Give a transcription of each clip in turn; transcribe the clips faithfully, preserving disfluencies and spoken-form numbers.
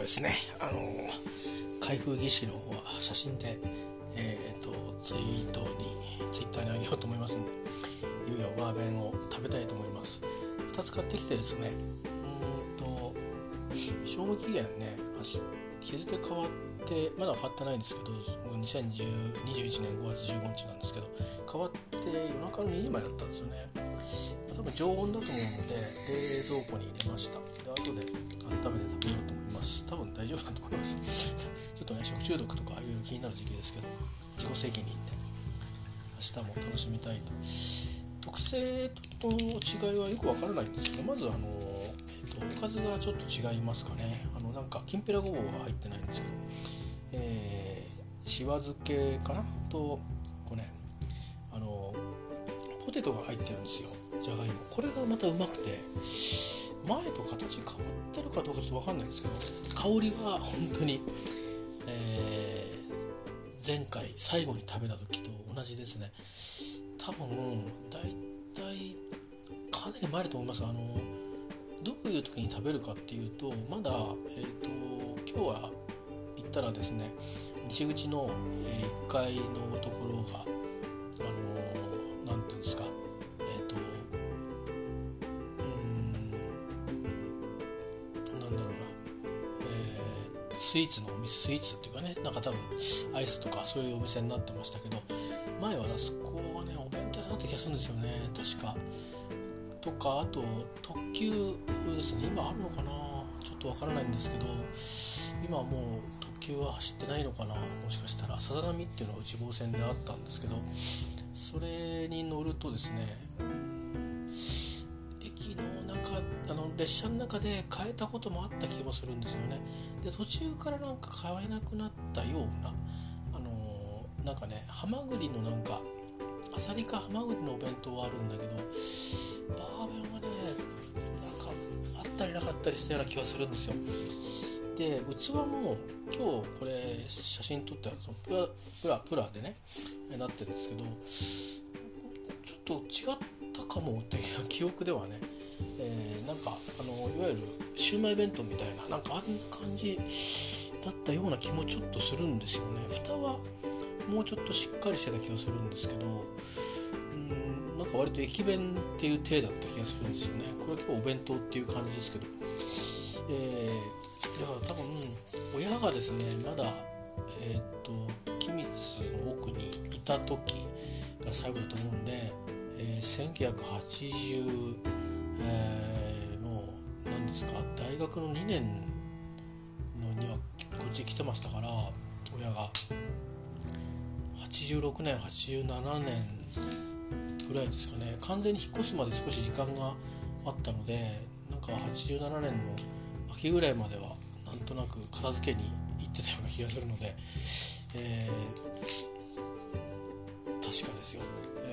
ですね、あの開封儀式の方は写真で、えー、とツイートにツイッターにあげようと思いますので、いよいよバーベンを食べたいと思います。ふたつ買ってきてですね、うーんと賞味期限ね、日付変わってまだ変わってないんですけど、にせんにじゅういちねんごがつじゅうごにちなんですけど、変わって夜中のにじまでだったんですよね。多分常温だと思うので冷蔵庫に入れました。で後で温めて食べようと思います。多分大丈夫だと思いますちょっとね、食中毒とかいろいろ気になる時期ですけど、自己責任で明日も楽しみたいと。特製との違いはよくわからないんですけど、まずあの、えー、とおかずがちょっと違いますかね。あのなんかきんぴらごぼうが入ってないんですけど、えー、しわ漬けかなと、こうね、あのポテトが入ってるんですよ、じゃがいも。これがまたうまくて、前と形変わってるかどうかちょっと分かんないんですけど、香りは本当に、えー、前回最後に食べた時と同じですね。多分だいたいかなり前だと思います。あのどういう時に食べるかっていうと、まだ、えー、と今日は行ったらですね、西口の、えー、いっかいのところが、あのー、なんていうんですか、えっ、ー、とうーんなんだろうな、えー、スイーツのお店、スイーツっていうかね、なんか多分アイスとかそういうお店になってましたけど、前はあそこはね、お弁当だった気がするんですよね、確か。とか、あと特急ですね、今あるのかな、ちょっとわからないんですけど、今はもう特急は走ってないのかな、もしかしたら。さざ波っていうのが内房線であったんですけど、それに乗るとですね、駅の中、あの列車の中で買えたこともあった気もするんですよね。で途中からなんか買えなくなったような、あのー、なんかね、ハマグリのなんかアサリかハマグリのお弁当はあるんだけど、バーベンはね、なんかあったりなかったりしたような気がするんですよ。で器も今日これ写真撮ったやつのプラプラプラでねなってるんですけど、ちょっと違ったかもっていう記憶ではね、えー、なんかあのいわゆるシウマイ弁当みたいな、なんかあんな感じだったような気もちょっとするんですよね。蓋はもうちょっとしっかりしてた気がするんですけど、うーんなんか割と駅弁っていう体だった気がするんですよね。これ今日お弁当っていう感じですけど、えー、だから多分親がですね、まだえっ、ー、と君津の奥にいた時が最後だと思うんで、えー、せんきゅうひゃくはちじゅう、えー、の何ですか、大学のにねんのにはこっち来てましたから、親がはちじゅうろくねんはちじゅうななねんぐらいですかね。完全に引っ越すまで少し時間があったので、なんかはちじゅうななねんの秋ぐらいまではなんとなく片付けに行ってたような気がするので、えー、確かですよ、え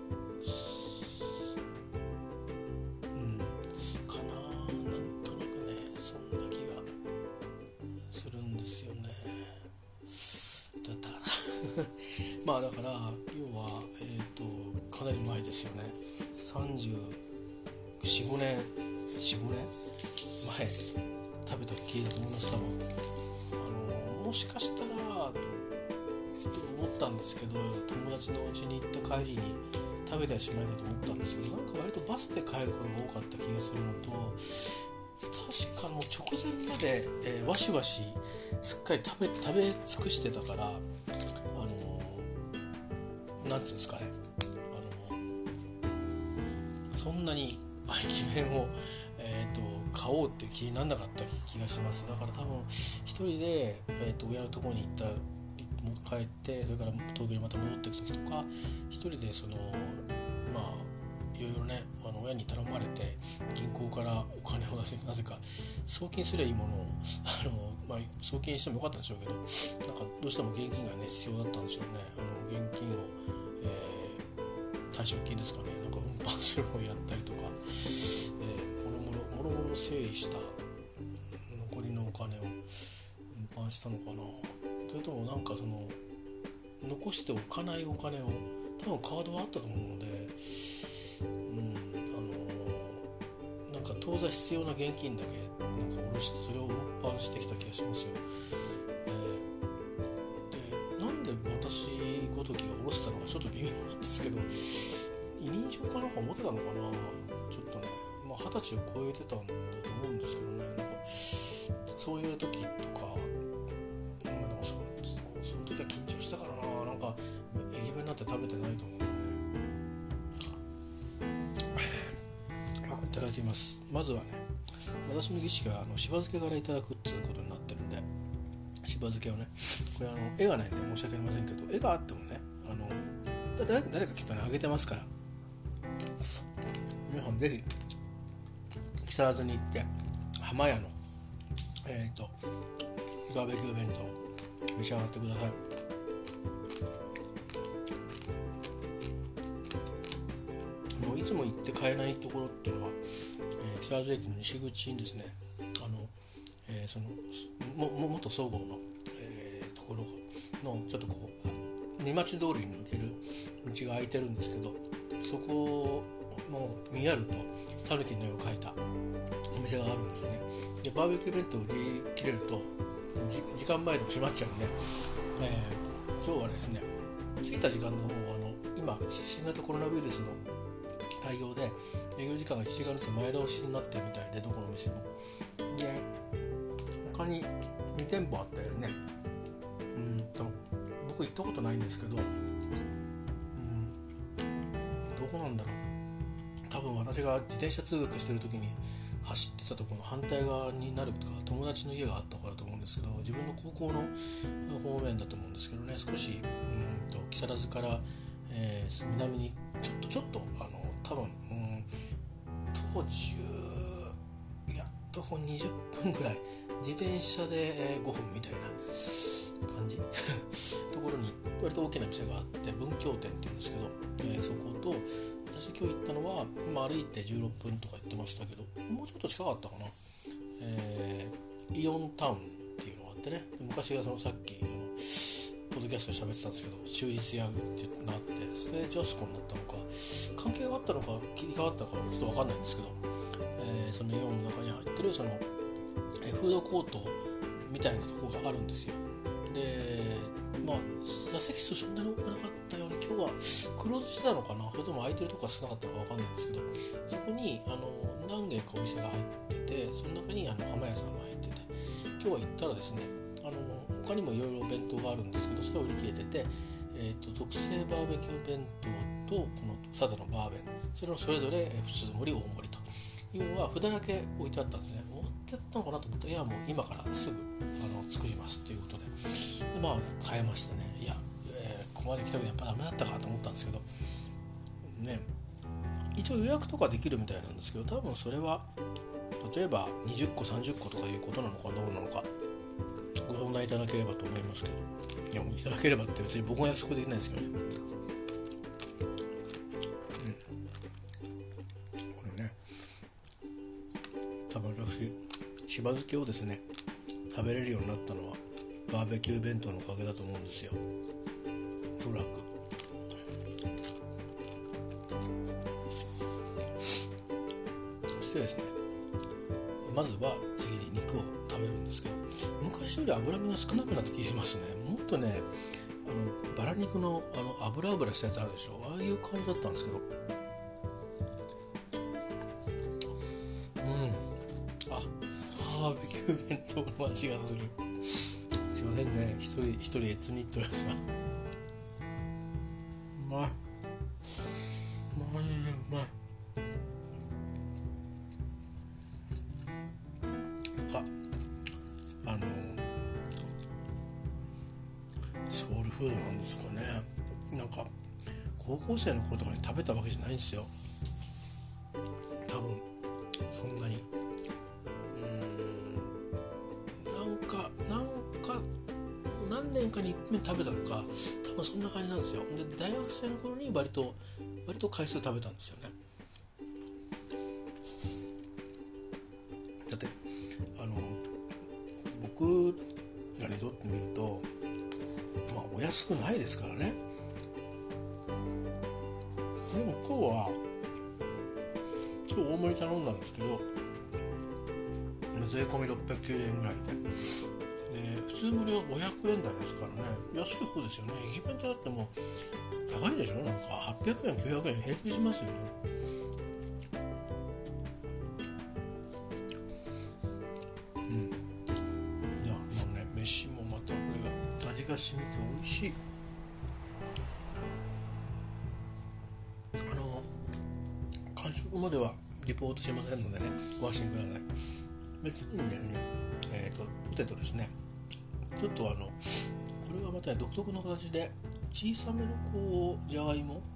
ー、うんかな、なんとなくね、そんな気がするんですよね。だったかなまあだから要は、えーとかなり前ですよね。さんじゅうよん、ごねんよん、ごねん前食べた気だと思います。多分あのもしかしたらと思ったんですけど、友達の家に行った帰りに食べてはしまいかと思ったんですけど、なんか割とバスで帰ることが多かった気がするのと、確かもう直前まで、えー、わしわしすっかり食べ、食べ尽くしてたから、あのー、なんていうんですかね、あのー、そんなに駅弁を、えー、と買おうっていう気にならなかった気がします。だから多分一人で、えー、と親のところに行った帰って、それから東京にまた戻っていく時とか、一人でそのまあいろいろね、あの親に頼まれて銀行からお金を出せ、なぜか送金すればいいものをあの、まあ、送金してもよかったんでしょうけど、なんかどうしても現金がね必要だったんでしょうね。あの現金を、えー、退職金ですかね、なんか運搬するのをやったりとか、えー、もろもろもろもろ整理した残りのお金を運搬したのかな。それともなんかその残しておかないお金を、多分カードはあったと思うので、うん、あのなんか当当座必要な現金だけなんか下ろしてそれを運搬してきた気がしますよ。えー、でなんで私ごときが下ろせたのかちょっと微妙なんですけど、委任状かなんか持ってたのかな。ちょっとね、まあ二十歳を超えてたんだと思うんですけどね、なんかそういう時とか、まあ、でも そ, その時は緊張したからな、なんか駅弁なんて食べてないと思うんだよね。いただいてみます。まずはね、私の儀式はあのしば漬けからいただくっていうことになってるんで、しば漬けをね、これあの絵がないんで申し訳ありませんけど、絵があってもね、あの誰か誰かきっとねあげてますから、皆さんぜひ木更津に行って浜屋のえっとバーベキュー弁当召し上がってください。もういつも行って買えないところっていうのは、えー、木更津駅の西口にですね、あの、えー、そのもも元総合の、えー、ところのちょっとこう三町通りに行ける道が空いてるんですけど、そこも見やるとタヌキの絵を描いたお店があるんですよね。でバーベキュー弁当売り切れると時間前でも閉まっちゃうんで、えー、今日はですね着いた時間のもうあの今新型コロナウイルスの対応で営業時間がいちじかんずつ前倒しになってるみたいで、どこのお店もで他にに店舗あったよね。うんと僕行ったことないんですけど、うんどこなんだろう。多分私が自転車通学してる時に走ってたところの反対側になるとか友達の家があったからと思うんですけど、自分の高校の方面だと思うんですけどね、少しうんと木更津から、えー、南にちょっとちょっとあの多分、うん、徒歩じゅういや徒歩にじゅっぷんぐらい自転車でごふんみたいな感じところに割と大きな店があって文京店っていうんですけど、えー、そこと私今日行ったのは今歩いてじゅうろっぷんとか言ってましたけど、もうちょっと近かったかな、えー、イオンタウンっていうのがあってね、昔がそのさっきのポッドキャストで喋ってたんですけど忠実屋っていうのがあって、それでジャスコになったのか関係があったのか切り替わったのかちょっと分かんないんですけど、えー、そのイオンの中に入ってるそのフードコートみたいなところがあるんですよ。でまあ座席数そんなに多くなかったように今日はクローズしてたのかな、それとも空いてるとこが少なかったのか分かんないんですけど、そこにあの何軒かお店が入ってて、その中にあの浜屋さんが入ってて、今日は行ったらですね、あの他にもいろいろ弁当があるんですけど、それは売り切れてて、えー、と特製バーベキュー弁当とこのただのバーベン、それをそれぞれ普通盛り大盛りというのは札だけ置いてあったんですね。終わってたのかなと思ったら、いやもう今からすぐあの作りますっていうことで、でまあ買えましたね。いや、えー、ここまで来たけどやっぱダメだったかと思ったんですけどね、一応予約とかできるみたいなんですけど、多分それは例えばにじゅっこさんじゅっことかいうことなのかどうなのかご相談いただければと思いますけど、いやもういただければって別に僕が約束できないですけどね、うん、これね多分私しば漬けをですね食べれるようになったのはバーベキュー弁当のおかげだと思うんですよ、おそらく。そしてですね、まずは次に肉を食べるんですけど、昔より脂身が少なくなってきてますね。もっとね、あのバラ肉のあの油油したやつあるでしょ、ああいう感じだったんですけど、うんあバーベキュー弁当の味がする。すいませんね、一人一人越に言っておりますが、うまい、うまい、うまい。なんかあのソウルフードなんですかね。なんか高校生の頃とかに食べたわけじゃないんですよ、多分そんなに。なんかなんか何年かにいっぺん食べたのか、多分そんな感じなんですよ。で大学生の頃に割と割と回数食べたんですよね。だってあの僕らにとってみると、まあお安くないですからね。でも今日は今日大盛り頼んだんですけど、 税込みろっぴゃくきゅうじゅうえんぐらいで、で普通無料ごひゃくえん台ですからね、安い方ですよね。駅弁ってだってもう高いでしょ。なんかはっぴゃくえんきゅうひゃくえん平気でしますよね。うん。いやもうね、飯もまたこれが味が染みて美味しい。あの完食まではリポートしませんのでね、ご安心ください。別にね、えっとポテトですね。ちょっとあのこれはまた独特の形で小さめのこうじゃがいもを、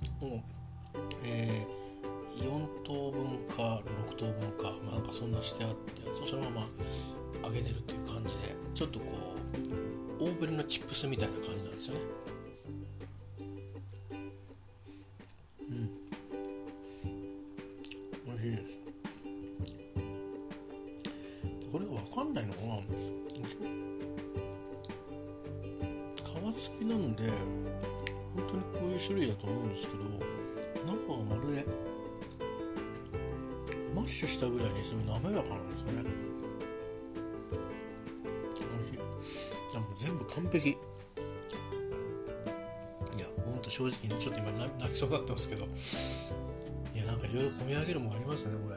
えー、よん等分かろく等分か、まあ、なんかそんなしてあって、そのまま揚げてるっていう感じで、ちょっとこう大ぶりのチップスみたいな感じなんですよね。うん、美味しいです。これが分かんないのかな、皮付きなんで本当にこういう種類だと思うんですけど、中はまるでマッシュしたぐらいにすごい滑らかなんですよね。美味しい。でも全部完璧。いやほんと正直にちょっと今泣きそうになってますけど、いやなんかいろいろ込み上げるものありますねこれ。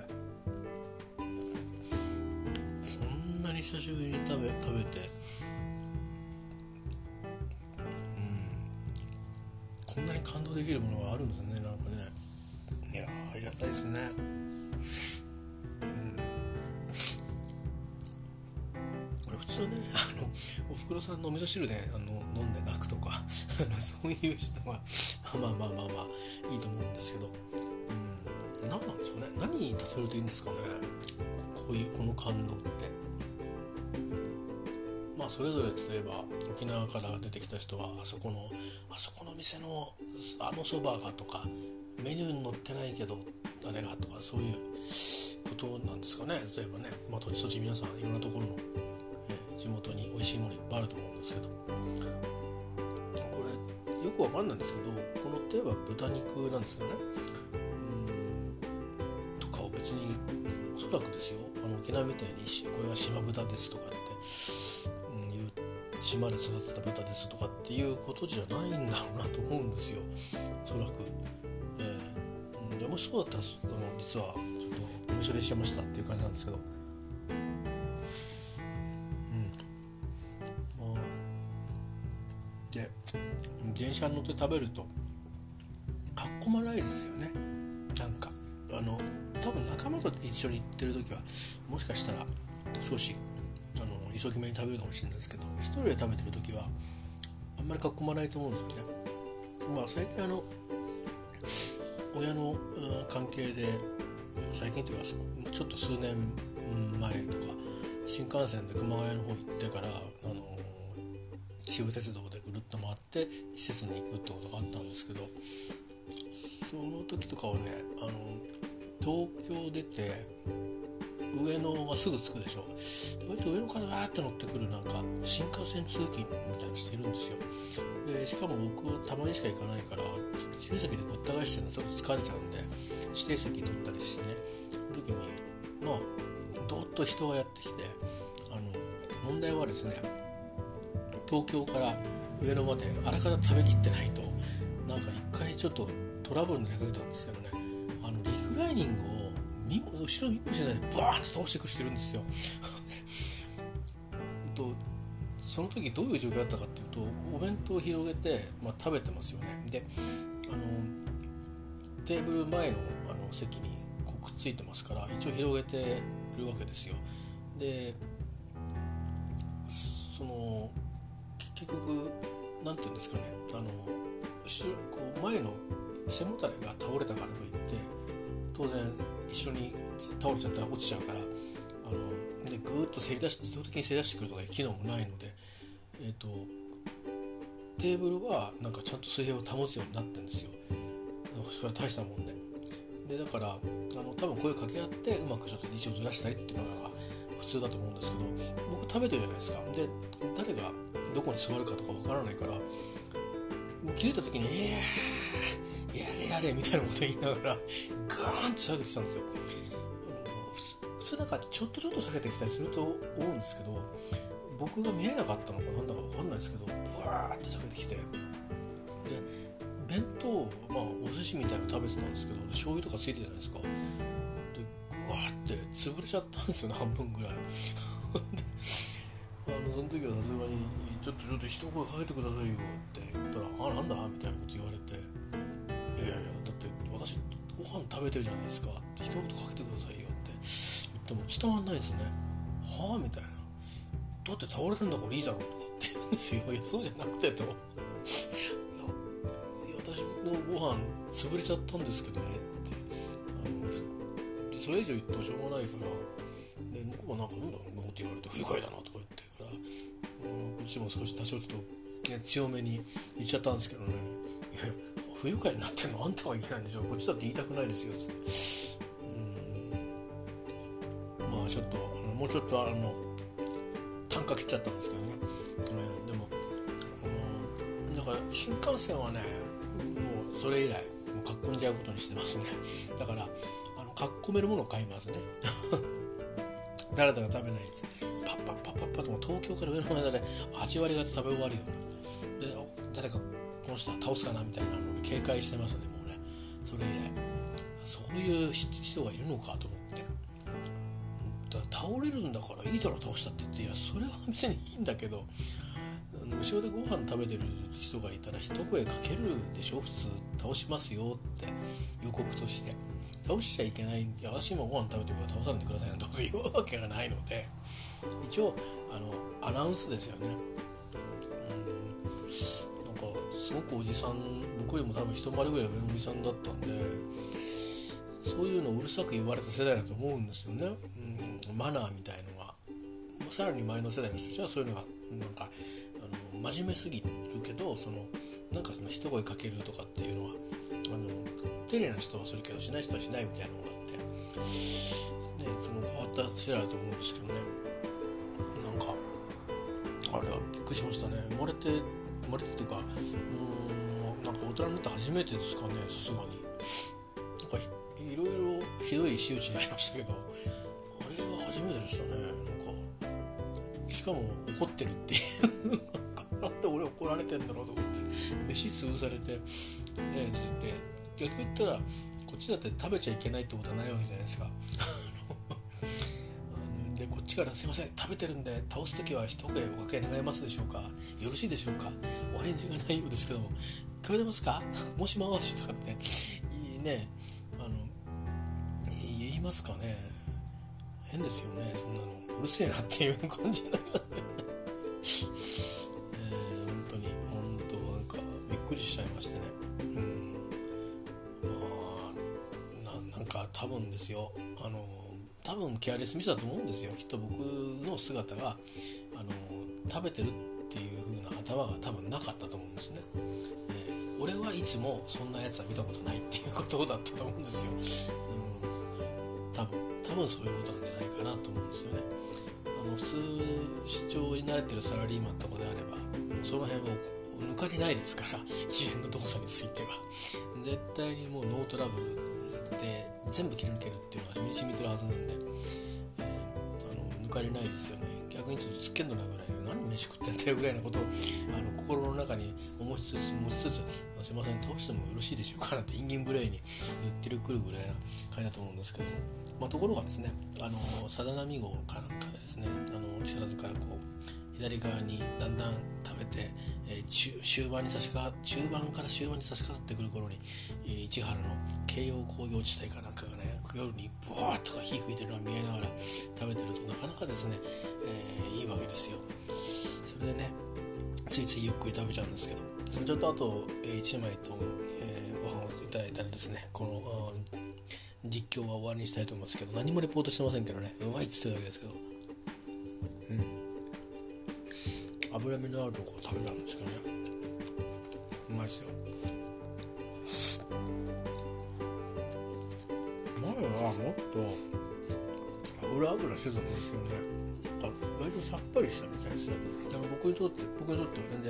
こんなに久しぶりに食べ食べて、こんなに感動できるものがあるんですね。なんかね、いやありがたいですね。うん、これ普通ね、あのおふくろさんのお味噌汁であの飲んで泣くとかそういう人はまあまあまあまあいいと思うんですけど、うん、何なんですかね。何に例えるといいんですかね、こういうこの感動って。まあそれぞれ例えば沖縄から出てきた人はあそこのあそこの店のあのそばがとか、メニューに載ってないけどあれがとか、そういうことなんですかね。例えばね、まあ土地土地皆さんいろんなところの、えー、地元に美味しいものいっぱいあると思うんですけど、これよくわかんないんですけど、この例えば豚肉なんですよね。うーんとかを別におそらくですよ、あの沖縄みたいにこれは島豚ですとかって島で育てた豚ですとかっていうことじゃないんだろうなと思うんですよ、おそらく。えー、でもしそうだったらあの実はちょっとお見それしちゃいましたっていう感じなんですけど、うん、まあで電車に乗って食べるとかっこまないですよね。なんかあの多分仲間と一緒に行ってる時はもしかしたら少しあの急ぎ目に食べるかもしれないですけど、一人で食べてる時はあんまり囲まないと思うんですよね。まあ最近あの親の関係で、最近というかちょっと数年前とか新幹線で熊谷の方行ってから、あの秩父鉄道でぐるっと回って施設に行くってことがあったんですけど、その時とかはね、あの東京出て上野がすぐ着くでしょ。割と上野からわーって乗ってくるなんか新幹線通勤みたいな人いるんですよ。でしかも僕はたまにしか行かないから自由席でごった返してるのちょっと疲れちゃうんで指定席取ったりしてね、その時にまあどーっと人がやってきて、あの問題はですね、東京から上野まであらかた食べきってないとなんか一回ちょっとトラブルに出かけたんですけどね、あのリクライニングを後ろ見もしないでバーンと倒してくしてるんですよとその時どういう状況だったかっていうと、お弁当を広げて、まあ、食べてますよね。であのテーブル前の、あの席にこうくっついてますから一応広げてるわけですよ。でその結局なんていうんですかね、あの後ろこう前の背もたれが倒れたからといって当然一緒に倒れちゃったら落ちちゃうから、あのでぐーっとせり出し自動的にせり出してくるとかいう機能もないので、えーと、テーブルはなんかちゃんと水平を保つようになってるんですよ。それは大したもんで。でだからあの多分声を掛け合ってうまくちょっと位置をずらしたりっていうのが普通だと思うんですけど、僕食べてるじゃないですか。で誰がどこに座るかとかわからないから、もう切れた時に「えー、やれやれ」みたいなこと言いながらガーンって下げてたんですよ。普通なんかちょっとちょっと避けてきたりすると思うんですけど、僕が見えなかったのかなんだか分かんないですけど、ブワーって避けてきて、で弁当、まあお寿司みたいなの食べてたんですけど、醤油とかついてるじゃないですか。でグワーって潰れちゃったんですよね、半分ぐらい。あのその時はさすがにちょっとちょっと一声かけてくださいよって言ったら、あ、なんだみたいなこと言われて、いやいやだって私ご飯食べてるじゃないですかって一言かけてくださいよって言っても伝わんないですね。はぁみたいな。だって倒れるんだからいいだろうとかって言うんですよ。いやそうじゃなくてと。いや私のご飯潰れちゃったんですけどねって、あのそれ以上言ってもしょうがないから、で向こうはなんかなんだろうなこと言われて不愉快だなとか言ってから、こっちも少し多少ちょっと、ね、強めに言っちゃったんですけどね。いや不愉快になってんのあんたはいけないんでしょ、こっちだって言いたくないですよつって、うーんまあちょっともうちょっとあの単価切っちゃったんですけどね、うん、でも、うん、だから新幹線はねもうそれ以来もうかっこんじゃうことにしてますね。だからあのかっこめるものを買いますね。誰だか食べないです。パッパッパッパッパッとも東京から上の間ではち割方食べ終わるようなで、誰かこの人は倒すかなみたいなのに警戒してますね、もうね。それ以来そういう人がいるのかと思って、だから倒れるんだからいいだろ倒したって言って、いやそれは別にいいんだけど、後ろでご飯食べてる人がいたら一声かけるでしょ、普通。倒しますよって予告として。倒しちゃいけない、いや私今ご飯食べてるから倒さないでくださいなんてこと言うわけがないので、一応あのアナウンスですよね。うん、なんかすごくおじさん、僕よりも多分一回りぐらい上のおじさんだったんで、そういうのをうるさく言われた世代だと思うんですよね。うん、マナーみたいのがさらに前の世代の人たちはそういうのがなんかあの真面目すぎるけど、そのなんかその一声かけるとかっていうのはあの丁寧な人はするけどしない人はしないみたいなのがあって、ね、その変わった世代だと思うんですけどね。なんかあれはびっくりしましたね。生まれて生まれてっていうか、うーんなんか大人になって初めてですかね、さすがに。なんかいろいろひどい仕打ちになりましたけど、あれは初めてでしたね。なんかしかも怒ってるっていうなんで俺怒られてんだろうと思って、飯潰されて、ね、で逆に言ったらこっちだって食べちゃいけないってことはないわけじゃないですか。でこっちからすいません食べてるんで倒すときは一声おかけ願えますでしょうか、よろしいでしょうか、お返事がないようですけども聞こえてますか、もしもしとかっていいね、あの言いますかね。変ですよね、そんなのうるせえなっていう感じになりますね。本当に本当なんかびっくりしちゃいましてね。うん、まあ な, なんか多分ですよ、あの多分ケアレスミスだと思うんですよ。きっと僕の姿があの食べてるっていう風な頭が多分なかったと思うんですね。えー、俺はいつもそんなやつは見たことないっていうことだったと思うんですよ。うん、多分多分そういうことなんじゃないかなと思うんですよね。あの普通出張に慣れてるサラリーマンとかであればその辺は抜かりないですから、一連の動作については絶対にもうノートラブルで全部切り抜けるっていうのは身に染みてるはずなんで、えー、あの抜かりないですよね。逆にちょっとつっけんどなぐらいで何飯食ってんだよぐらいのことをあの心の中に思いつつ持ちつつ、すいません倒してもよろしいでしょうかなんてインギン無礼に言ってるくるぐらいな感じだと思うんですけども、まあ、ところがですね、あのさだなみ号かなんかでですね、あの木更津からこう左側にだんだん食べて、えー、中, 終盤に差し掛か中盤から終盤に差し掛かってくる頃に、えー、市原の京葉工業地帯かなんかがね夜にブワーッとか火吹いてるのを見えながら食べてるとなかなかですね、えー、いいわけですよ。それでねついついゆっくり食べちゃうんですけど、ちょっとあと、えー、いちまいと、えー、ご飯をいただいたらですね、この実況は終わりにしたいと思いますけど、何もレポートしてませんけどね、うまいっつってるわけですけど、うん、脂身のあるところ食べたんですけどね、うまいですよ。前はもっと油油してたんですよね。なんか割とさっぱりしたみたいですよ。でも僕にとって僕にとっては全然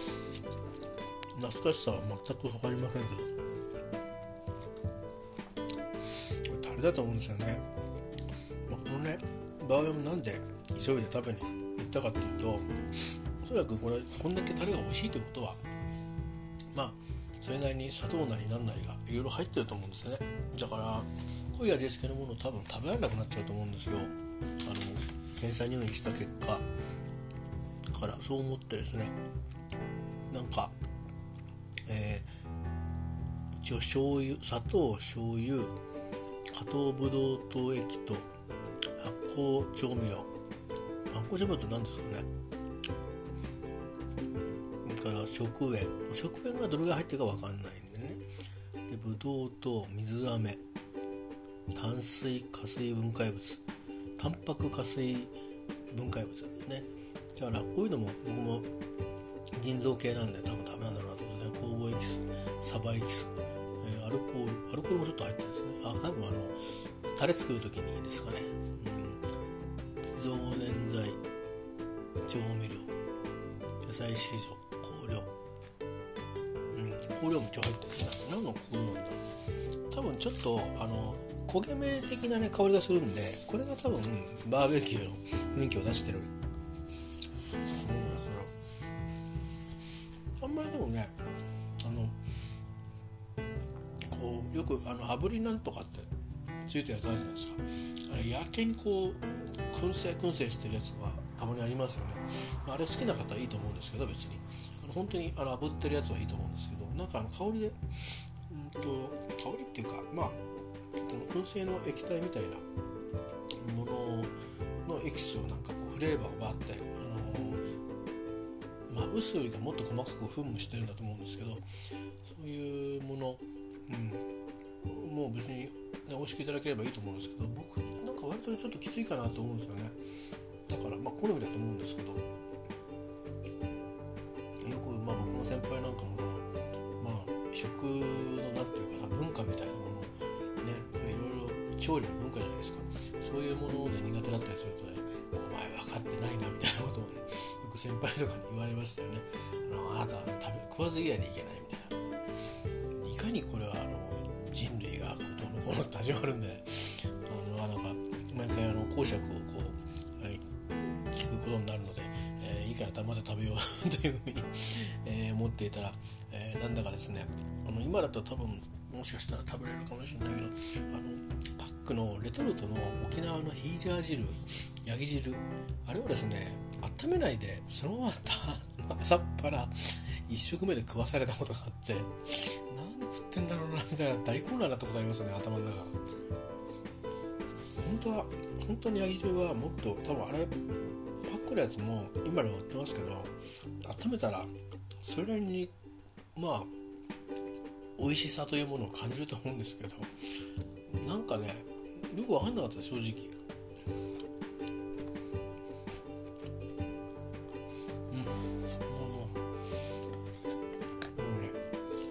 懐かしさは全く分かりませんけど、これタレだと思うんですよね。 まあ、このねバーベンもなんで急いで食べに行ったかっていうと、おそらくこれこんだけタレが美味しいということは、まあそれなりに砂糖なりなんなりがいろいろ入ってると思うんですよね。だから濃い味付けのものを多分食べられなくなっちゃうと思うんですよ。あの検査入院した結果だからそう思ってですね、なんか、えー、一応醤油、砂糖、醤油、加糖ブドウ糖液と発酵調味料、発酵調味料って何ですかね。それから食塩、食塩がどれぐらい入ってるか分かんないんでね。で、ブドウ糖、水飴、炭水化水分解物、タンパク化水分解物ね。だからこういうのも僕も腎臓系なんで多分ダメなんだろうなと思って、酵母エキス、サバエキス、えー、アルコールアルコールもちょっと入ってるんですね。あ、多分あのタレ作る時にですかね、うん、増粘剤、調味料、野菜式場、香料、うん、香料も一応入ってるんですね。何の香料なんだろう。多分ちょっとあの焦げ目的な、ね、香りがするんで、これが多分バーベキューの雰囲気を出してる。あんまりでもね、あのこうよくあの炙りなんとかってついてるやつあるじゃないですか。あれやけにこう燻製燻製してるやつがたまにありますよね。あれ好きな方はいいと思うんですけど、別にあの本当にあの炙ってるやつはいいと思うんですけど、なんかあの香りでうんと香りっていうか、まあこの燻製の液体みたいなもののエキスをなんかこうフレーバーをバーってまぶすよりかもっと細かく噴霧してるんだと思うんですけど、そういうもの、うん、もう別に、ね、美味しくいただければいいと思うんですけど、僕なんか割とちょっときついかなと思うんですよね。だからまあ好みだと思うんですけど、よく、まあ、僕の先輩なんかもまあ食のなんていうかな、文化みたいなものね、いろいろ調理の文化じゃないですか。そういうもので苦手だったりするとね、お前分かってないなみたいなことをね、よく先輩とかに言われましたよね。あのあなたは食べ食わず嫌いでいけないみたいな。いかにこれはあの人類がことのこのと始まるんで、ね、あのなんか毎回あの講釈をこう、はい、聞くことになるので、えー、いいから黙って食べようというふうに、えー、思っていたら、えー、なんだかですね、あの今だと多分もしかしたら食べれるかもしれないけど、あのパックのレトルトの沖縄のヒージャー汁、ヤギ汁、あれをですね温めないでそのまま朝っぱら一食目で食わされたことがあって、なんで食ってんだろうなみたいな大混乱だったことありますよね、頭の中。本当は本当にヤギ汁はもっと多分あれパックのやつも今でも売ってますけど、温めたらそれなりにまあ美味しさというものを感じると思うんですけど、なんかねよく分かんなかった、正直。うん、もう、もうね、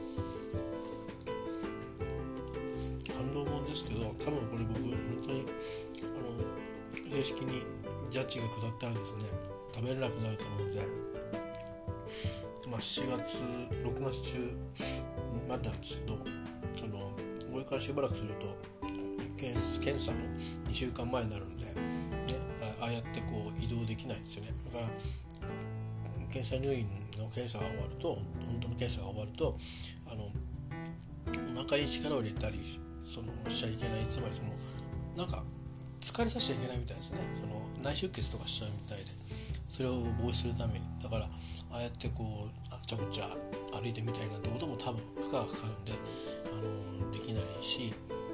感動もんですけど、多分これ僕本当にあの正式にジャッジが下ったらですね食べれなくなると思うので、まあしがつろくがつ中までなんですけど、あのこれからしばらくすると検, 検査のにしゅうかんまえになるんで、ね、ああやってこう移動できないんですよね。だから検査入院の検査が終わると、本当の検査が終わると、あのお腹に力を入れたりそのしちゃいけない、つまりそのなんか疲れさせちゃいけないみたいですね。その内出血とかしちゃうみたいで、それを防止するために、だからああやってこうあちゃこちゃ歩いてみたいなってことも多分負荷がかかるんで、あのできないし、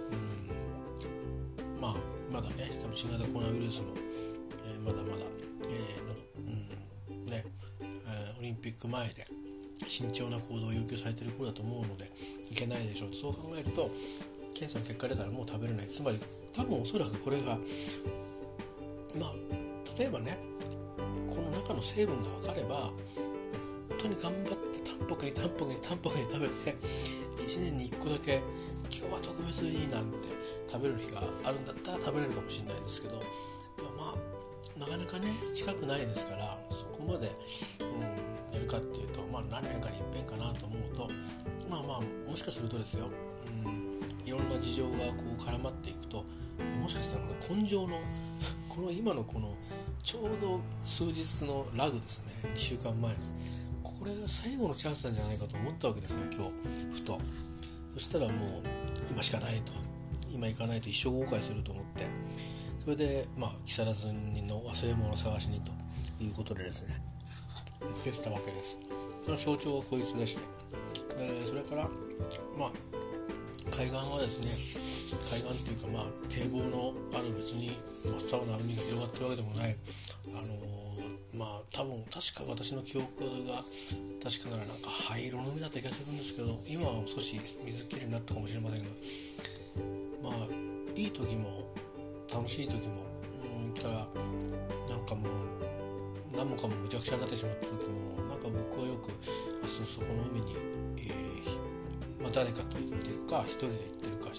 うん、まあまだね多分新型コロナウイルスも、えー、まだまだ、えーのうんねえー、オリンピック前で慎重な行動を要求されている頃だと思うのでいけないでしょう。そう考えると検査の結果出たらもう食べれない。つまり多分おそらくこれがまあ例えばねこの中の成分が分かれば本当に頑張って淡白に淡白に淡白に食べていちねんにいっこだけ今日は特別になんて食べる日があるんだったら食べれるかもしれないですけど、まあなかなかね近くないですから、そこまで、うん、やるかっていうと、まあ、何年かに一遍かなと思うと、まあまあもしかするとですよ、うん、いろんな事情がこう絡まっていくとももしかしたらこれ根性のこの今のこのちょうど数日のラグですね、にしゅうかんまえのこれが最後のチャンスなんじゃないかと思ったわけですよ、今日ふと。そしたらもう今しかないと、今行かないと一生後悔すると思って、それでまあ木更津の忘れ物を探しにということでですねできたわけです。その象徴はこいつでして、えー、それからまあ海岸はですね、海岸っていうかまあ堤防のある別に真っ青な海が広がってるわけでもない、あのー、まあ多分確か私の記憶が確かならなんか灰色の海だった気がするんですけど、今は少し水きれいになったかもしれませんが、まあいい時も楽しい時も、うんたらなんかもう何もかもむちゃくちゃになってしまった時も、なんか僕はよく明日そこの海に、えーまあ、誰かと行ってるか一人で行ってるかして、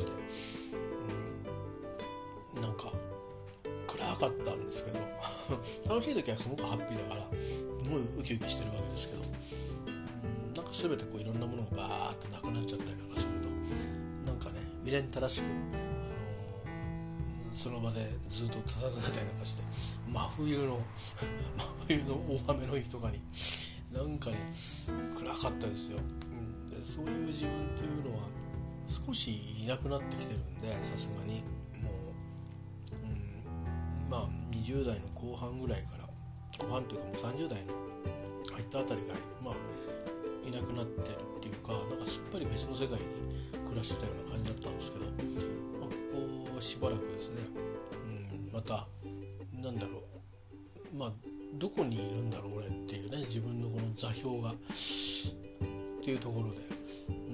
うん、なんか暗かったんですけど楽しい時はすごくハッピーだからすごいウキウキしてるわけですけど、うん、なんか全てこういろんなものがバーッとなくなっちゃったりなんかすると、なんかね未練正しく、あのー、その場でずっとたたずんでたりなんかして、真冬の真冬の大雨の日とかになんかね暗かったですよ、うん、でそういう自分というのは少しいなくなってきてるんで、さすがにもう、うん、まあにじゅう代の後半ぐらいから後半というかもうさんじゅう代の入ったあたりがまあいなくなってるっていうか、なんかすっぱり別の世界に暮らしてたような感じだったんですけど、まあ、ここしばらくですね、うん、またなんだろう、まあどこにいるんだろう俺っていうね、自分のこの座標がっていうところで、うん、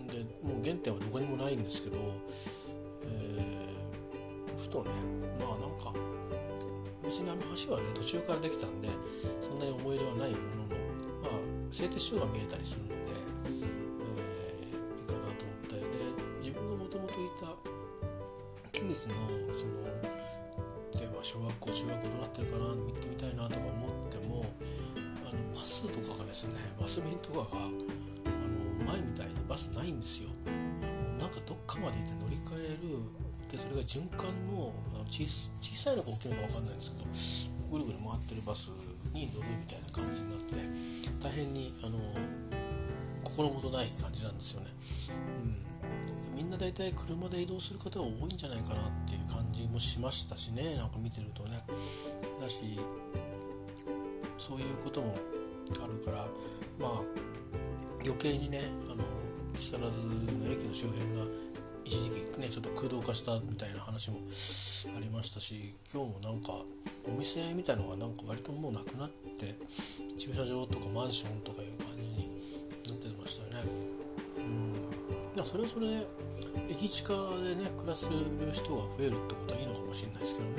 でもう原点はどこにもないんですけど、えー、ふとね、まあなんか別にあの橋はね途中からできたんでそんなに思い入れはないものの、まあ製鉄所が見えたりするので、えー、いいかなと思ったりで、自分がもともといた君津のその例えば小学校中学校どうなってるかな見てみたいなとか思っても、あのバスとかがですね、バス便とかがあの前みたいにバスないんですよ。なんかどっかまで行って乗り換えるで、それが循環の小さいのか大きいのか分かんないんですけど、ぐるぐる回ってるバスに乗るみたいな感じになって大変にあの心もとない感じなんですよね、うん、みんな大体車で移動する方が多いんじゃないかなっていう感じもしましたしね、なんか見てるとね、だしそういうこともあるから、まあ余計にね、あの木更津の駅の周辺が一時期ねちょっと空洞化したみたいな話もありましたし、今日もなんかお店みたいのがなんか割ともうなくなって駐車場とかマンションとかいう感じになってましたよね。うん、それはそれで駅近でね暮らす人が増えるってことはいいのかもしれないですけどね。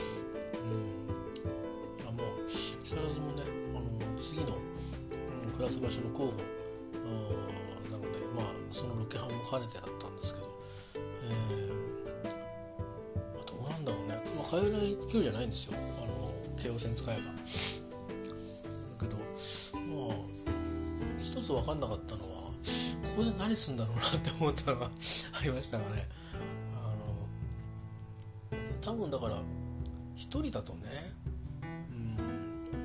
うん、あもう木更津もね、あの次の、うん、暮らす場所の候補なので、まあそのロケハンも兼ねてだったんですけど、えーまあ、どうなんだろうね、まあ、通えない距離じゃないんですよ、あの京王線使えば。だけどまあ一つ分かんなかったのは、ここで何するんだろうなって思ったのがありましたがね、あの多分だから一人だとね、うん、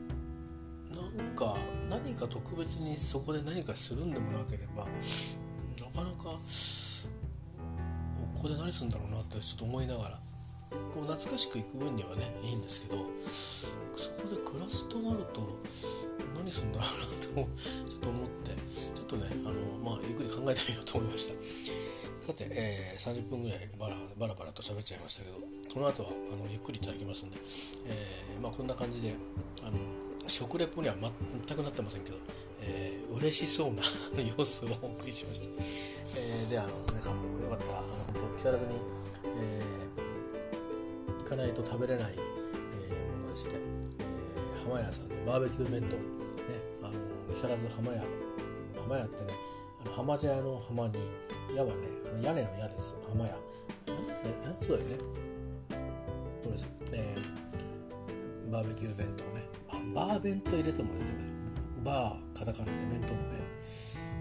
なんか何か特別にそこで何かするんでもなければ、なかなかここで何するんだろうなってちょっと思いながら、こう懐かしく行く分にはねいいんですけど、そこで暮らすとなると何するんだろうなとちょっと思って、ちょっとねあの、まあ、ゆっくり考えてみようと思いました。さて、えー、さんじゅっぷんぐらいバラバラバラと喋っちゃいましたけど、この後はあのゆっくりいただきますんで、えーまあ、こんな感じであの食レポには全くなってませんけど、えー、嬉しそうな様子をお送りしました。えー、ではあの皆さんもよかったらあの本当木更津に、えー、行かないと食べれない、えー、ものでして、えー、浜屋さんのバーベキュー弁当、ね、あの木更津浜屋浜屋ってね、あの浜茶屋の浜に屋はね、屋根の屋です。浜屋。ええそうだよね。そうです。えー、バーベキュー弁当ね。バー弁当入れても出てくる。バーカタカナで弁当の弁。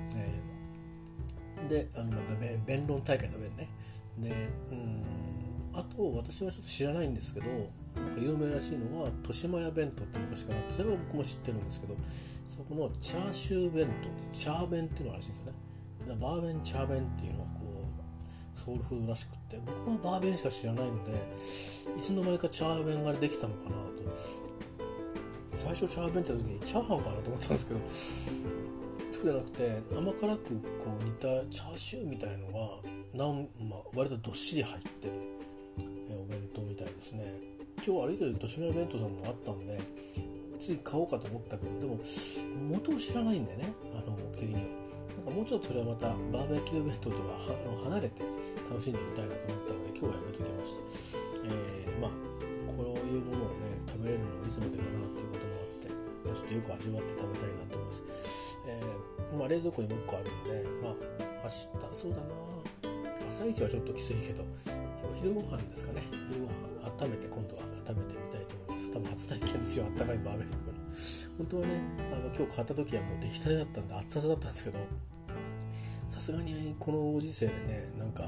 えー、で、あの弁論大会の弁ね。で、うんあと私はちょっと知らないんですけど、なんか有名らしいのは豊島屋弁当って昔からあって、それは僕も知ってるんですけど、そこのチャーシュー弁当、チャー弁っていうのがらしいんですよね。バーベンチャー弁っていうのはこうソウルフードらしくって、僕はバーベンしか知らないので、いつの間にかチャー弁ができたのかなと。最初チャー弁って時にチャーハンかなと思ったんですけど、そうじゃなくて甘辛くこう煮たチャーシューみたいのがなん、まあ、割とどっしり入ってるお弁当みたいですね。今日歩いてる時豊島屋弁当さんもあったんでつい買おうかと思ったけど、でも元を知らないんでね、あの僕的にはなんかもうちょっとそれはまたバーベキュー弁当とは離れて楽しんでみたいなと思ったので今日はやめときました。えー、まあこういうものをね食べれるのもいつまでかなっていうこともあって、まあ、ちょっとよく味わって食べたいなと思います。えーまあ、冷蔵庫にもいっこあるんで、まあ明日そうだな朝一はちょっときついけど昼ご飯ですかね、昼ご飯温めて今度は温めてみたいと思います。多分初体験ですよ、あったかいバーベキューの。本当はねあの今日買った時はもう出来たてだったんで熱々だったんですけど、さすがにこのご時世でねなんか、あ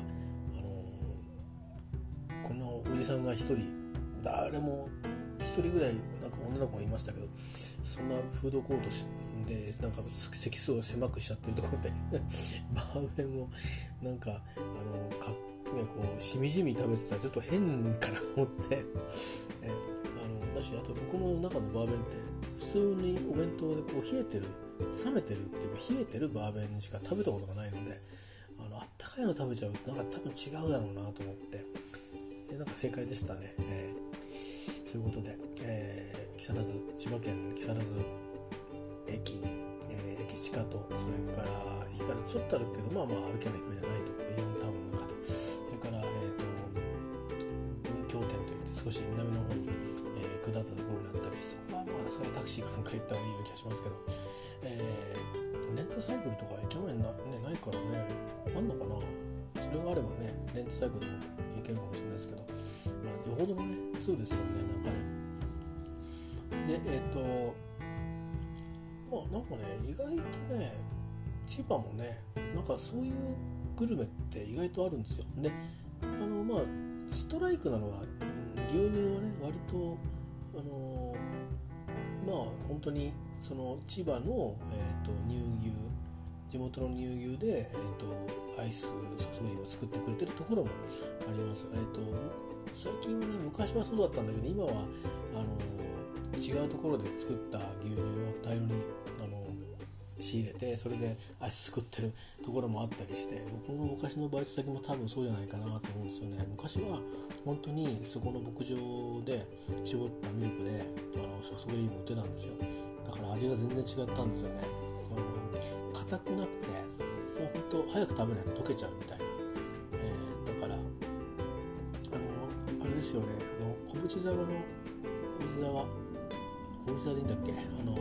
のー、このおじさんが一人誰も一人ぐらいなんか女の子がいましたけど、そんなフードコートでなんか席数を狭くしちゃってるところでバーベンをなんかあのか、ね、こうしみじみ食べてたらちょっと変かなと思ってえあのだし、あと僕の中のバーベンって普通にお弁当でこう冷えてる冷めてるっていうか冷えてるバーベンしか食べたことがないので、あのあったかいの食べちゃうとなんか多分違うだろうなと思ってでなんか正解でしたね。えーということで、えー、木更津千葉県木更津駅に、えー、駅地下とそれから駅からちょっと歩くけどまあまあ歩けない距離じゃないとイオンタウンの中とそれから、えー、と文京店といって少し南の方に、えー、下ったところにあったりして、そこはまあさすがにタクシーかなんか行った方がいいような気がしますけど、えー、レンタサイクルとか駅前に な,、ね、ないからねあんのかな。それがあればねレンタサイクルも行けるかもしれないですけど、まあ、よほどのねそうですよね。なんかねでえっ、ー、とまあなんかね意外とね千葉もねなんかそういうグルメって意外とあるんですよ。であのまあストライクなのは牛乳はね割とあのまあ本当にその千葉の、えー、と乳牛地元の乳牛で、えー、とアイスソフトクリームを作ってくれてるところもあります。えー、と最近はね昔はそうだったんだけど今はあの違うところで作った牛乳を大量にあの仕入れてそれでアイス作ってるところもあったりして、僕の昔のバイト先も多分そうじゃないかなと思うんですよね。昔は本当にそこの牧場で絞ったミルクであのソフトクリーム売ってたんですよ。だから味が全然違ったんですよね。硬くなってもう本当早く食べないと溶けちゃうみたいな、えー、だからあのあれですよね、あの小淵沢の小淵沢小淵沢でいいんだっけ、あの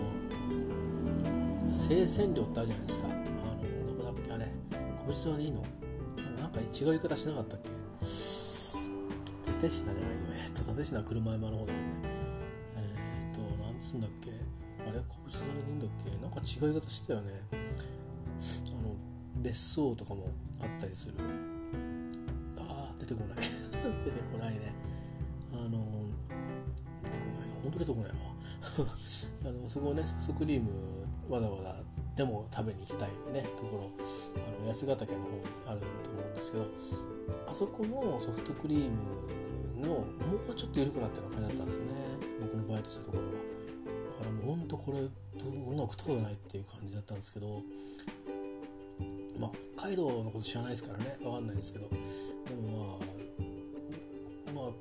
生鮮料ってあるじゃないですか。あのどこだっけあれ小淵沢でいいのなんか違う言い方しなかったっけ。立科じゃないよえっと立科車山の方だもんね。えっとなんつうんだっけあれ小淵沢でいいんだっけ、なんか違う言い方してたよね。あの別荘とかもあったりする。あー出てこない出てこないね。あの出てこない本当出てこないわあのそこをねソフトクリームわざわざでも食べに行きたいねところ、あの八ヶ岳の方にあると思うんですけど、あそこのソフトクリームのもうちょっと緩くなったような感じだったんですよね、僕のバイトしたところは。だからもうほんとこれどんな食ったことないっていう感じだったんですけど、まあ北海道のこと知らないですからねわかんないですけど、でもまあまあ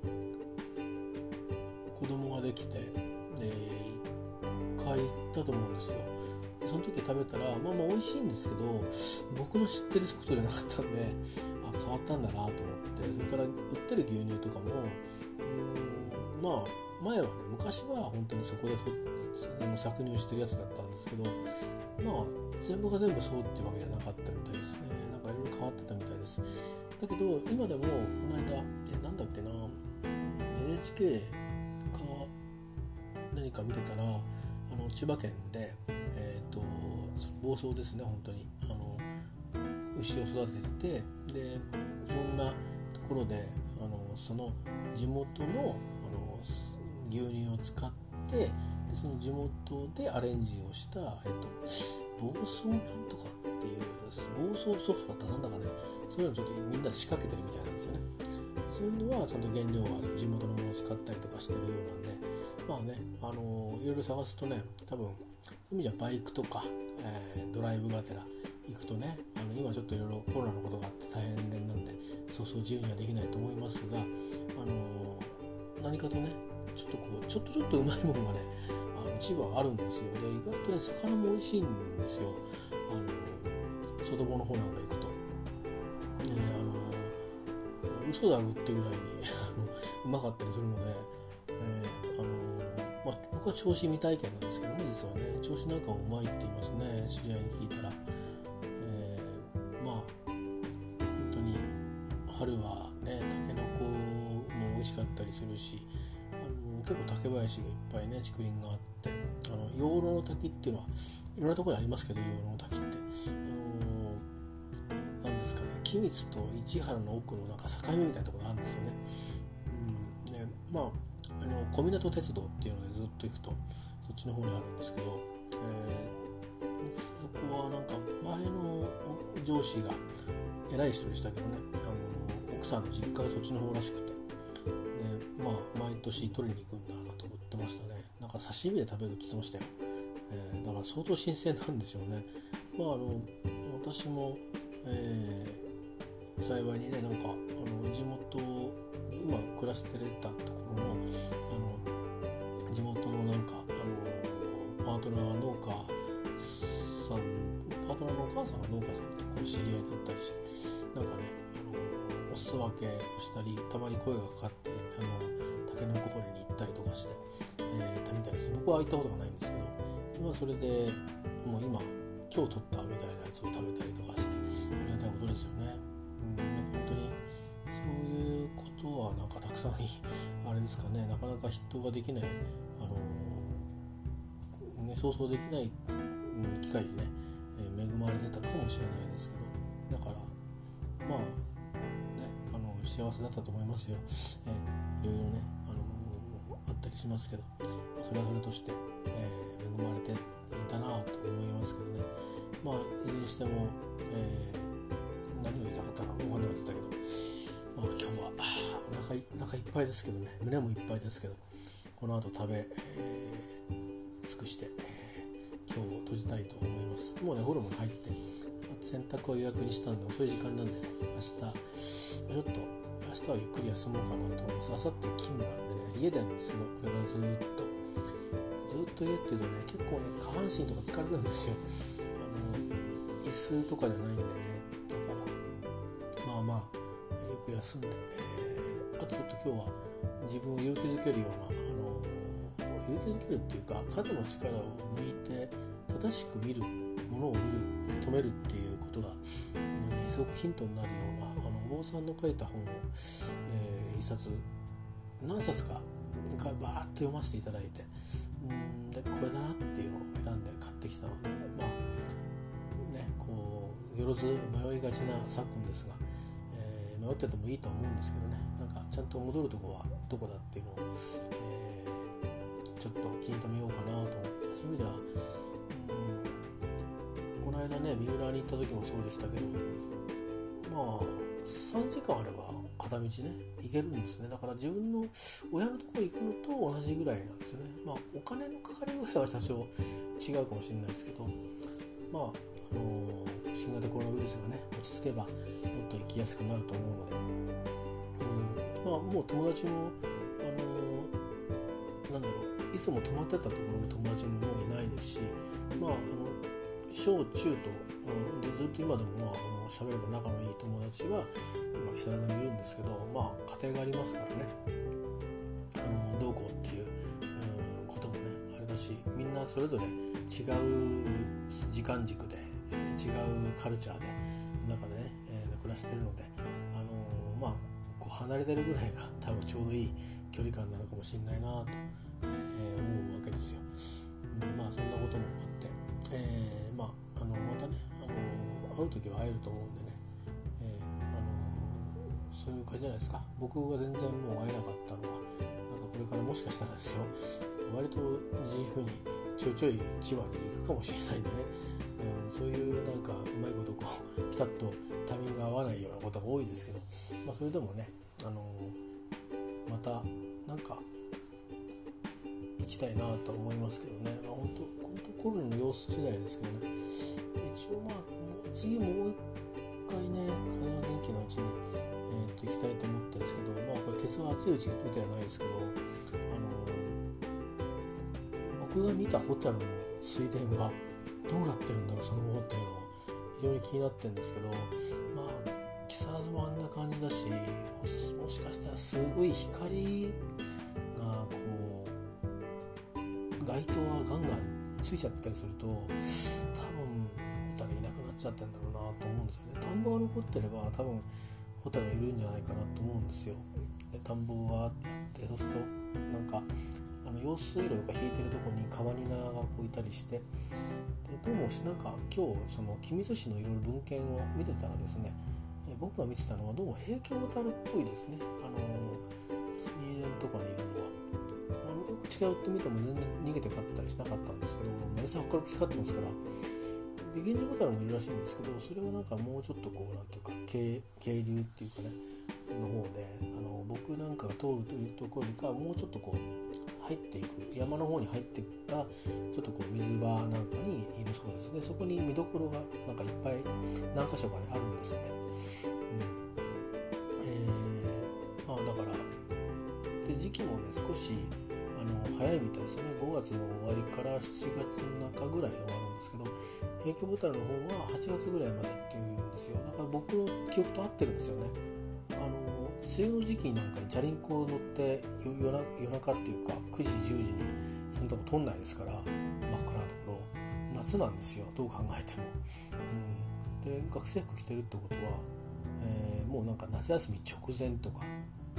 子供ができてで一回行ったと思うんですよ。その時食べたらまあまあ美味しいんですけど、僕の知ってることじゃなかったんであ変わったんだなと思って、それから売ってる牛乳とかもうーんまあ前はね昔は本当にそこでとあの搾乳してるやつだったんですけど、まあ全部が全部そうっていうわけじゃなかったみたいですね。なんかいろいろ変わってたみたいです。だけど今でもこの間えなんだっけな エヌエイチケー か何か見てたらあの千葉県でえっと房総ですね、本当にあの牛を育ててて、でいろんなところであのその地元の、あの牛乳を使ってでその地元でアレンジをした、えっと、房総なんとかっていう房総ソフトだったらなんだかね、そういうのをちょっとみんなで仕掛けてるみたいなんですよね。そういうのはちゃんと原料は地元のものを使ったりとかしてるようなんで、まあね、あのいろいろ探すとね、多分そういう意味じゃバイクとか、えー、ドライブがてら行くとね、あの今ちょっといろいろコロナのことがあって大変なんでそうそう自由にはできないと思いますが、あの何かとね、ちょっとこうちょっとちょっとうまいものがね、あの千葉はあるんですよ。で意外とね魚も美味しいんですよ。あの外房の方なんか行くと、ね、あの嘘だろってぐらいにうまかったりするので、えーあのまあ、僕は銚子未体験なんですけどね、実はね銚子なんかもうまいって言いますね、知り合いに聞いたら。えー、まあ本当に春はねタケノコも美味しかったりするし、あの結構竹林がいっぱいね竹林があって、あの養老の滝っていうのはいろんなところにありますけど、養老の滝って、あのー、なんですかね、君津と市原の奥のなんか境目みたいなところがあるんですよね。うんね、まああの小湊鉄道っていうのでずっと行くとそっちの方にあるんですけど、えー、そこはなんか前の上司が偉い人でしたけどね、あの奥さんの実家がそっちの方らしくて、でまあ毎年取りに行くんだなと思ってましたね。なんか刺身で食べるって言ってましたよ。えー、だから相当新鮮なんでしょうね。まああの私も、えー、幸いにね、なんかあの地元今暮らしてたところの、あの地元のなんか、あのパートナー農家さんパートナーのお母さんが農家さんとこう知り合いだったりして、なんかね、あのお裾分けをしたり、たまに声がかかってあのタケノコ掘りに行ったりとかして、えー、たみたいです。僕は行ったことがないんですけど、今それでもう今今日取ったみたいなやつを食べたりとかしてありがたいことですよね。うん、なんか本当にそういうことはなんかたくさんあれですかね、なかなか人ができない、あのーね、想像できない、うん、機会にね、えー、恵まれてたかもしれないですけど、だからまあね、あの幸せだったと思いますよ。えー、いろいろね、あのー、あったりしますけど、それはそれとして、えー、恵まれていたなと思いますけどね。まあいずれにしても、えー、何を言いたかったか分かんなかったけど、まあ、今日はお腹い、お腹いっぱいですけどね、胸もいっぱいですけど、この後食べ、えー、尽くして、えー、今日を閉じたいと思います。もうね、ホルモン入って、洗濯は予約にしたんで遅い時間なんでね、明日ちょっと明日はゆっくり休もうかなと思います。明後日勤務なんでね、家でなんですけど、これからずーっとずーっと家っていうとね、結構ね下半身とか疲れるんですよ。あの椅子とかじゃないんでね、だからまあまあよく休んで、えー、あとちょっと今日は自分を勇気づけるような、あのー、勇気づけるっていうか、肩の力を抜いて正しく見るものを見る、受け止めるっていうことが、うん、すごくヒントになるような、あのお坊さんの書いた本を、えー、一冊何冊かバーッと読ませていただいて、うんでこれだなっていうのを選んで買ってきたので、まあね、こうよろず迷いがちな昨今ですが、えー、迷っててもいいと思うんですけどね、なんかちゃんと戻るとこはどこだっていうのを、えー、ちょっと聞いてみようかなと思って、そういう意味では、うん、この間ね三浦に行った時もそうでしたけど、まあさんじかんあれば片道ね行けるんですね。だから自分の親のところ行くのと同じぐらいなんですよね。まあお金のかかり具合は多少違うかもしれないですけど、まあ、あのー、新型コロナウイルスがね落ち着けばもっと行きやすくなると思うので、うん、まあもう友達も、あのー、なんだろう、いつも泊まってたところの友達ももういないですし、まああの小中と、うん、でずっと今でもまあ喋れば仲のいい友達は今木更津にいるんですけど、まあ家庭がありますからね、あのどうこうっていう、うん、こともねあれだし、みんなそれぞれ違う時間軸で、えー、違うカルチャーで中でね、えー、暮らしてるので、あのー、まあこう離れてるぐらいが多分ちょうどいい距離感なのかもしれないなと、えー、思うわけですよ。うん、まあそんなこともあって、えー、まああのまたね、あのー、会う時は会えると思うんでね、えー、あのー、 そういう感じじゃないですか。僕が全然もう会えなかったのはなんかこれからもしかしたらですよ、割と自由にちょいちょい千葉に行くかもしれないんでね、うん、そういうなんかうまいことこうピタッとタイミングが合わないようなことが多いですけど、まあ、それでもね、あのー、またなんか行きたいなと思いますけどね。まあ、本当本当コロナの様子次第ですけどね。一応まあ次もう一回ね、体が元気なうちに、えー、っと行きたいと思ってるんですけど、まあこれ鉄は熱いうちに言ってはないですけど、あのー、僕が見たホタルの水田はどうなってるんだろうその後っていうのは非常に気になってるんですけど、まあ木更津もあんな感じだし、もし、もしかしたらすごい光がこう街灯がガンガンついちゃったりすると、多分ホタルいなくなっちゃってんだろうなと思うんですよね。田んぼが残ってれば多分ホタルがいるんじゃないかなと思うんですよ。で田んぼがやってそうするとなんかあの用水路とか引いてるところにカワニナがこういたりして、でどうもなんか今日その君津市のいろいろ文献を見てたらですね、僕が見てたのはどうも平家ホタルっぽいですね。あの水田とかにいるのはあのよく近寄ってみても全然逃げてかったりしなかったんですけど、餌はっから光ってますから。で源氏ホタルもいるらしいんですけど、それはなんかもうちょっとこうなんていうか渓流っていうかねの方で、あの僕なんかが通るというところよりかはもうちょっとこう入っていく山の方に入っていったちょっとこう水場なんかにいるそうですね。そこに見どころがなんかいっぱい何箇所かねあるんですって。うんえー、まあだからで時期もね少しあの早いみたいですね。ごがつの終わりからしちがつの中ぐらいで終わるんですけど、平家ボタルの方ははちがつぐらいまでっていうんですよ。だから僕の記憶と合ってるんですよね。あの梅雨の時期なんかにチャリンコを乗って夜な夜中っていうかくじじゅうじにそのとこ通んないですから、真っ暗なところ夏なんですよ、どう考えても。うん、で学生服着てるってことは、えー、もうなんか夏休み直前とか、うん、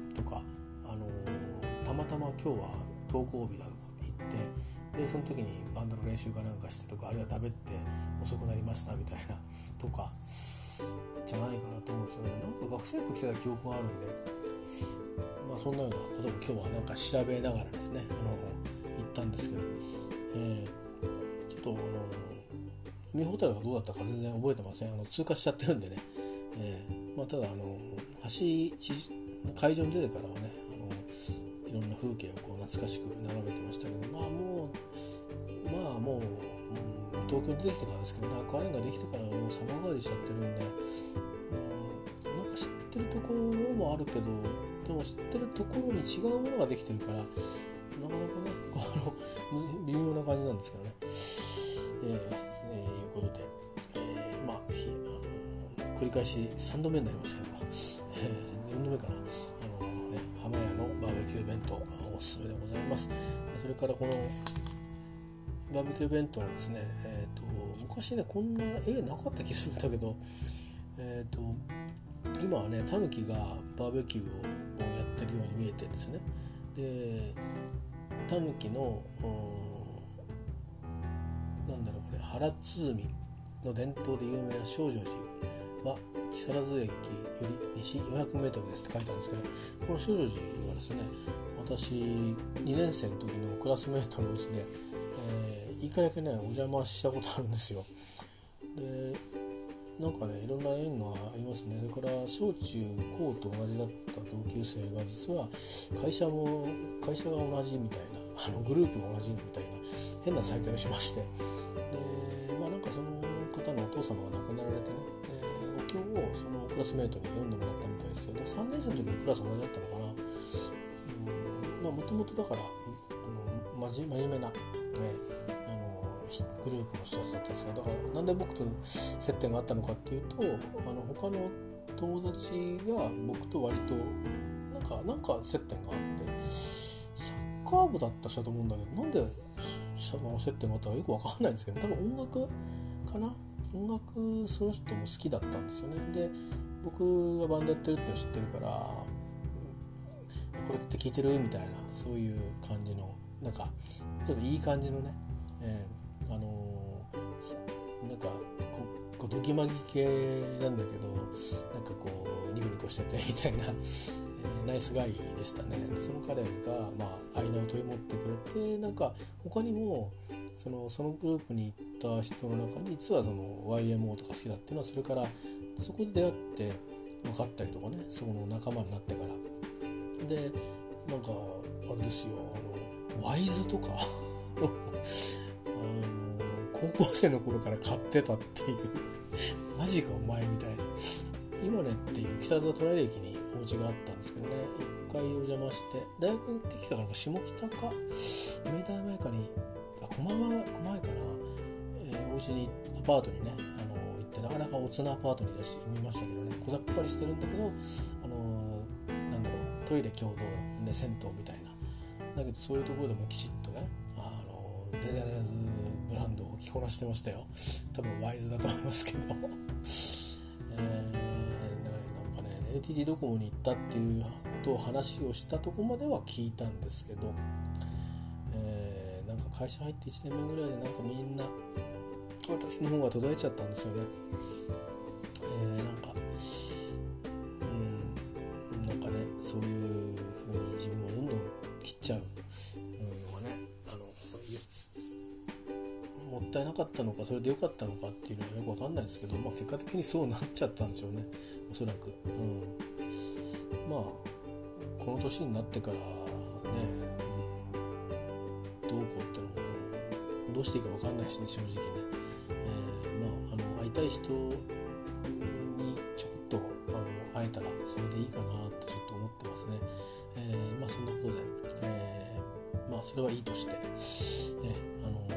とか、あのー、たまたま今日は登校日だとか行ってでその時にバンドの練習かなんかしてとか、あるいは食べて遅くなりましたみたいなとかじゃないかなと思うんですよね。なんか学生服着てた記憶があるんで、まあそんなようなことも今日はなんか調べながらですね、あの行ったんですけど、えー、ちょっとあの海ホタルがどうだったか全然覚えてません。あの通過しちゃってるんでね、えーまあ、ただあの橋会場に出てからはね、あのいろんな風景をこう懐かしく眺めてましたけど、まあもうまあもう、うん、東京に出てきてからですけどね、アクアレンができてからもう様変わりしちゃってるんで、うん、なんか知ってるところもあるけど、でも知ってるところに違うものができてるから、なかなかねこう微妙な感じなんですけどね。えーえー、いうことで、えー、まあ、あの繰り返しさんどめになりますけども、えー、よんどめかな、あの、ね、浜屋のバーベキュー弁当おすすめでございます。それからこのバーベキュー弁当のですね、えー、と昔ねこんな絵なかった気するんだけど、えー、と今はねタヌキがバーベキューをやってるように見えてるんですよね。でタヌキのなんだろうこれ原鼓の伝統で有名な證城寺は木更津駅より西よんひゃくメートルですって書いてあるんですけど、この証城寺はですね、私にねん生の時のクラスメートのうちで、えー、いいかだけねお邪魔したことあるんですよ。でなんかねいろんな縁がありますね。それから小中高と同じだった同級生が実は会社も会社が同じみたいな、あのグループが同じみたいな変な再会をしまして、でまあなんかその方のお父様が亡くなられてね、でお経をそのクラスメートに読んでもらったみたいですよ。でさんねん生の時にクラス同じだったのかな。うんまあもともとだからあの真面目な、ね、あのグループの人たちだったんですよ。だからなんで僕と接点があったのかっていうと、あの他の友達が僕と割となんかなんか接点があって、サッカー部だった人だと思うんだけど、なんでその接点があったかよくわかんないんですけど、多分音楽かな。音楽その人も好きだったんですよね。で僕がバンドやってるっての知ってるから、これって聞いてるみたいな、そういう感じのなんかちょっといい感じのね、えーあのー、なんかこ構ドギマギ系なんだけどなんかこうニコニコしててみたいな、えー、ナイスガイでしたね。その彼が、まあ、間を取り持ってくれて、なんか他にもその、そのグループに行った人の中に実はその ワイエムオー とか好きだっていうのはそれからそこで出会って分かったりとかね、その仲間になってからで、なんかあれですよ、あのワイズとかあの高校生の頃から買ってたっていうマジかお前みたいな。今ねっていう木更津トライ駅にお家があったんですけどね、一回お邪魔して大学に行ってきたから下北か明大前かにあ駒場前かな、えー、お家にアパートにねあの行ってなかなかおつなアパートに出して見ましたけどね、小ざっぱりしてるんだけどあのなんだろうトイレ共同で銭湯みたいな、だけどそういうところでもきちっとねあのデザイナーズブランドを着こなしてましたよ。多分ワイズだと思いますけど、えー、なんかね エヌティーティー ドコモに行ったっていうことを話をしたとこまでは聞いたんですけど、えー、なんか会社入っていちねんめぐらいでなんかみんな私の方が途絶えちゃったんですよね。えー、なんかうんなんかねそういう風に自分をどんどん切っちゃうのがね、あのもったいなかったのかそれで良かったのかっていうのはよく分かんないですけど、まあ、結果的にそうなっちゃったんでしょうね、おそらく、うん、まあこの年になってからね、うん、どうこうってのもどうしていいか分かんないしね正直ね、えー、まあ、あの会いたい人にちょこっとあの会えたらそれでいいかなってちょっと思ってますね、えー、まあそんなことで、えー、まあそれはいいとして、ね、あの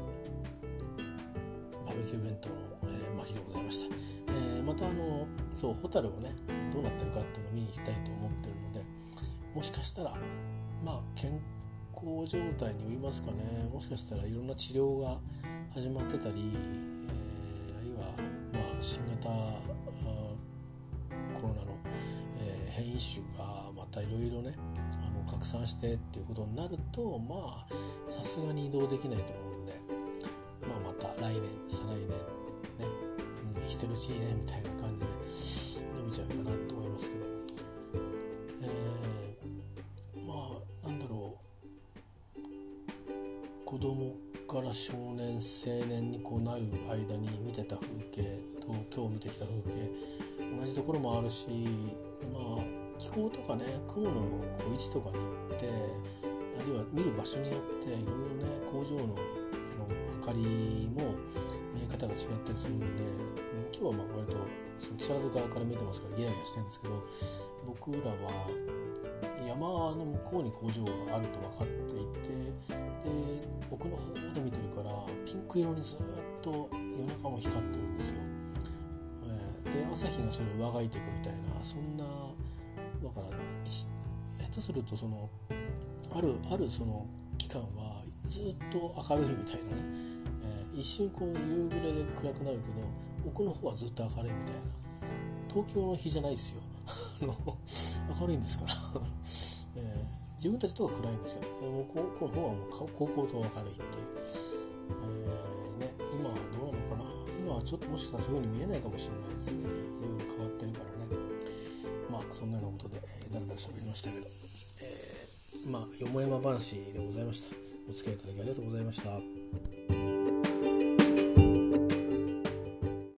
バーベキュー弁当の、えー、巻でございました。えー、またあのそうホタルをねどうなってるかっていうのを見に行きたいと思ってるので、もしかしたらまあ健康状態によりますかね、もしかしたらいろんな治療が始まってたり、えー、あるいはまあ新型コロナの、えー、変異種がまたいろいろねあの拡散してっていうことになると、まあさすがに移動できないと思うんで、まあ、また来年再来年ね、うん、生きてるうちにねみたいな感じで伸びちゃうかなと思いますけど、えー、まあなんだろう、子供から少年青年にこうなる間に見てた風景と今日見てきた風景同じところもあるし、まあ気候とかね雲のこう位置とかによって、あるいは見る場所によっていろいろね工場の明かりも見え方が違ったりするんで、今日はまあ割とその木更津側から見てますからギラギラしてるんですけど、僕らは山の向こうに工場があると分かっていて、で奥の方で見てるからピンク色にずっと夜中も光ってるんですよ、えー、で朝日がそれを上がいていくみたいな、そんなだから下手するとそのあるあるその期間はずっと明るいみたいなね、えー、一瞬こう夕暮れで暗くなるけど奥の方はずっと明るいみたいな、東京の日じゃないですよ明るいんですから、えー、自分たちとは暗いんですよ。もうこうこの方はもう高校と明るいっていう、えーね、今はどうなのかな、今はちょっともしかしたらそういう風に見えないかもしれないですね、いろいろ変わってるからね。まあそんなようなことで、えー、だらだら喋りましたけど、えー、まあよもやま話でございました。お付き合いいただきありがとうございました。